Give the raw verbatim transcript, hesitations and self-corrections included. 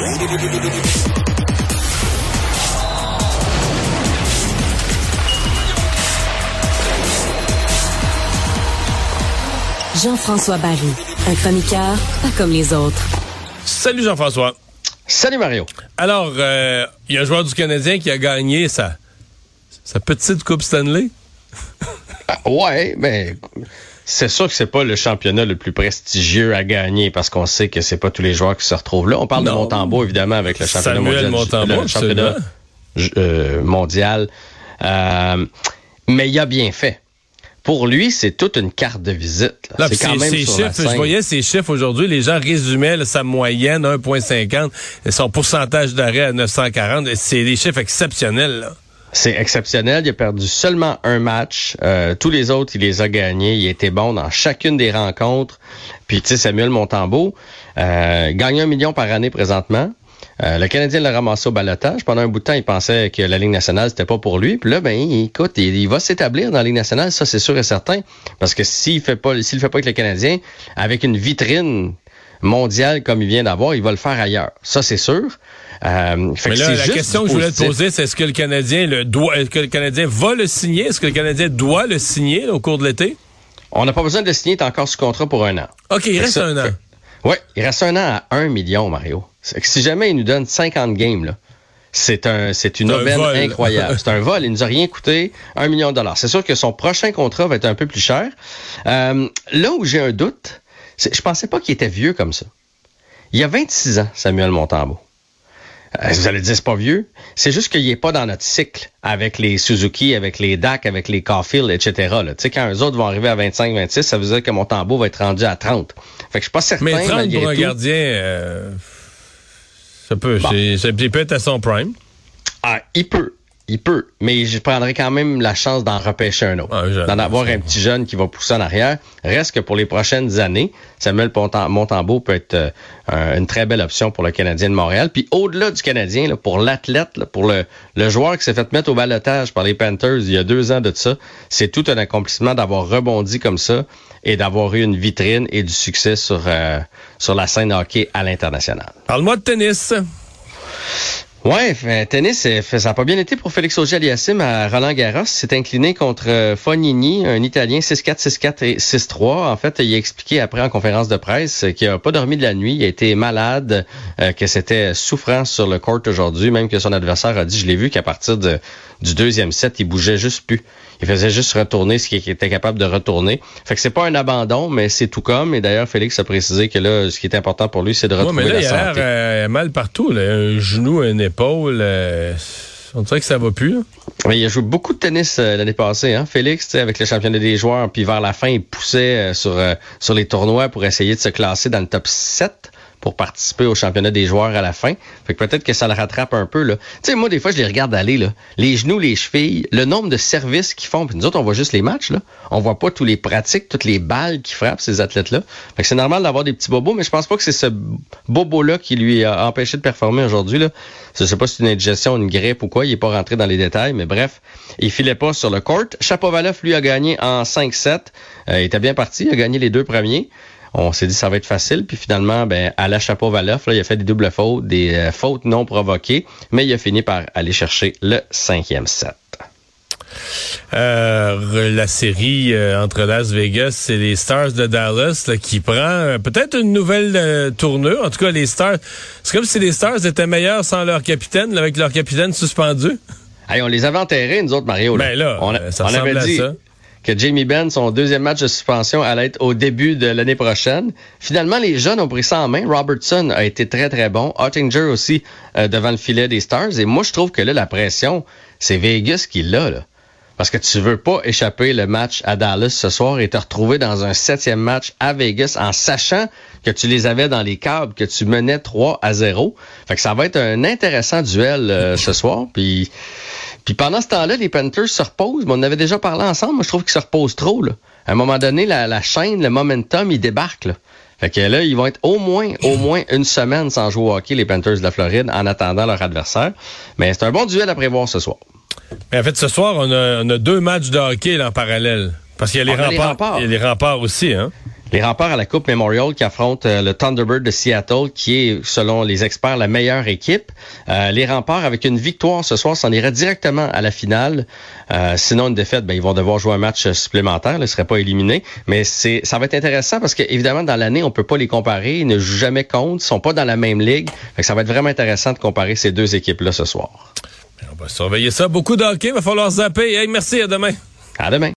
Jean-François Barry, un chroniqueur pas comme les autres. Salut Jean-François. Salut Mario. Alors, il euh, y a un joueur du Canadien qui a gagné sa, sa petite Coupe Stanley. Ah, ouais, mais c'est sûr que c'est pas le championnat le plus prestigieux à gagner parce qu'on sait que c'est pas tous les joueurs qui se retrouvent là. On parle non. de Montembeault, évidemment, avec le championnat Samuel mondial. Montembeault, le championnat euh, mondial. Euh, mais il a bien fait. Pour lui, c'est toute une carte de visite. Là, c'est quand ses, même ses sur chiffres, la je voyais ses chiffres aujourd'hui, les gens résumaient là, sa moyenne, un virgule cinquante, son pourcentage d'arrêt à neuf cent quarante. C'est des chiffres exceptionnels, là. C'est exceptionnel. Il a perdu seulement un match. Euh, tous les autres, il les a gagnés. Il était bon dans chacune des rencontres. Puis, tu sais, Samuel Montembeault euh, gagne un million par année présentement. Euh, le Canadien l'a ramassé au ballottage. Pendant un bout de temps, il pensait que la Ligue nationale, c'était pas pour lui. Puis là, ben, écoute, il, il va s'établir dans la Ligue nationale, ça, c'est sûr et certain. Parce que s'il fait pas, s'il le fait pas avec le Canadien, avec une vitrine mondiale comme il vient d'avoir, il va le faire ailleurs. Ça, c'est sûr. Euh, fait Mais que là, c'est la juste question que je voulais te poser, c'est est-ce que le Canadien le doit, est-ce que le Canadien va le signer? Est-ce que le Canadien doit le signer là, au cours de l'été? On n'a pas besoin de le signer, il est encore sous contrat pour un an. OK, il fait reste ça, un an. Fait, oui, il reste un an à un million, Mario. C'est que si jamais il nous donne cinquante games, là, c'est un, c'est une c'est aubaine incroyable. C'est un vol. Il nous a rien coûté, un million de dollars. C'est sûr que son prochain contrat va être un peu plus cher. Euh, là où j'ai un doute, c'est, je pensais pas qu'il était vieux comme ça. Il y a vingt-six ans, Samuel Montembeault. Euh, vous allez dire, c'est pas vieux. C'est juste qu'il est pas dans notre cycle avec les Suzuki, avec les D A C, avec les Caulfield, et cetera. Tu sais, quand eux autres vont arriver à vingt-cinq vingt-six, ça veut dire que Montembeault va être rendu à trente. Fait que je suis pas certain, mais trente malgré pour un tout. gardien, euh, ça peut, Bon. c'est, c'est, il peut être à son prime. Ah, il peut. Il peut, mais je prendrais quand même la chance d'en repêcher un autre. Ah, jeune, d'en avoir un petit jeune qui va pousser en arrière. Reste que pour les prochaines années, Samuel Montembeault peut être euh, une très belle option pour le Canadien de Montréal. Puis au-delà du Canadien, là, pour l'athlète, là, pour le, le joueur qui s'est fait mettre au ballottage par les Panthers il y a deux ans de ça, c'est tout un accomplissement d'avoir rebondi comme ça et d'avoir eu une vitrine et du succès sur, euh, sur la scène hockey à l'international. Parle-moi de tennis. Ouais, fait, tennis, fait, ça n'a pas bien été pour Félix Auger-Aliassime à Roland-Garros. Il s'est incliné contre euh, Fognini, un Italien, six quatre, six quatre et six trois. En fait, il a expliqué après en conférence de presse qu'il n'a pas dormi de la nuit, il a été malade, euh, que c'était souffrant sur le court aujourd'hui, même que son adversaire a dit, je l'ai vu, qu'à partir de, du deuxième set, il bougeait juste plus. Il faisait juste retourner ce qu'il était capable de retourner. Fait que c'est pas un abandon, mais c'est tout comme. Et d'ailleurs, Félix a précisé que là, ce qui est important pour lui, c'est de retrouver ouais, mais là, la il a santé. l'air euh, mal partout, là. Un genou, une épaule. Euh, on dirait que ça va plus, là. Mais il a joué beaucoup de tennis euh, l'année passée, hein, Félix, avec le championnat des joueurs. Puis vers la fin, il poussait euh, sur, euh, sur les tournois pour essayer de se classer dans le top sept. Pour participer au championnat des joueurs à la fin. Fait que peut-être que ça le rattrape un peu, là. Tu sais, moi, des fois, je les regarde aller, là. Les genoux, les chevilles, le nombre de services qu'ils font. Puis nous autres, on voit juste les matchs, là. On voit pas tous les pratiques, toutes les balles qui frappent ces athlètes-là. Fait que c'est normal d'avoir des petits bobos, mais je pense pas que c'est ce bobo-là qui lui a empêché de performer aujourd'hui, là. Je sais pas si c'est une indigestion, une grippe ou quoi. Il est pas rentré dans les détails, mais bref, il filait pas sur le court. Shapovalov, lui, a gagné en cinq sept. Euh, il était bien parti. Il a gagné les deux premiers. On s'est dit ça va être facile, puis finalement, ben à la Shapovalov, là, il a fait des doubles fautes, des euh, fautes non provoquées, mais il a fini par aller chercher le cinquième set. Euh, la série euh, entre Las Vegas et les Stars de Dallas là, qui prend euh, peut-être une nouvelle euh, tournure. En tout cas, les Stars, c'est comme si les Stars étaient meilleurs sans leur capitaine, là, avec leur capitaine suspendu. Hey, on les avait enterrés, nous autres, Mario. Là. Ben là, on, a, ça on ressemble avait dit à ça. Que Jamie Benn, son deuxième match de suspension, allait être au début de l'année prochaine. Finalement, les jeunes ont pris ça en main. Robertson a été très, très bon. Oettinger aussi euh, devant le filet des Stars. Et moi, je trouve que là, la pression, c'est Vegas qui l'a, là. Parce que tu veux pas échapper le match à Dallas ce soir et te retrouver dans un septième match à Vegas en sachant que tu les avais dans les câbles, que tu menais trois à zéro. Fait que ça va être un intéressant duel euh, ce soir. Puis... Puis pendant ce temps-là, les Panthers se reposent. Mais on avait déjà parlé ensemble. Moi, je trouve qu'ils se reposent trop. Là. À un moment donné, la, la chaîne, le momentum, ils débarquent. Là. Fait que là, ils vont être au moins, au moins une semaine sans jouer au hockey, les Panthers de la Floride, en attendant leur adversaire. Mais c'est un bon duel à prévoir ce soir. Mais en fait, ce soir, on a, on a deux matchs de hockey là, en parallèle. Parce qu'il y a les, remparts, a les remparts. Il y a les remparts aussi, hein? Les Remparts à la Coupe Memorial qui affrontent euh, le Thunderbird de Seattle, qui est, selon les experts, la meilleure équipe. Euh, les Remparts, avec une victoire ce soir, s'en iraient directement à la finale. Euh, sinon, une défaite, ben, ils vont devoir jouer un match supplémentaire. Là, ils ne seraient pas éliminés. Mais c'est, ça va être intéressant parce que, évidemment, dans l'année, on peut pas les comparer. Ils ne jouent jamais contre. Ils sont pas dans la même ligue. Fait que ça va être vraiment intéressant de comparer ces deux équipes-là ce soir. On va surveiller ça. Beaucoup de hockey. Il va falloir zapper. Hey, merci. À demain. À demain.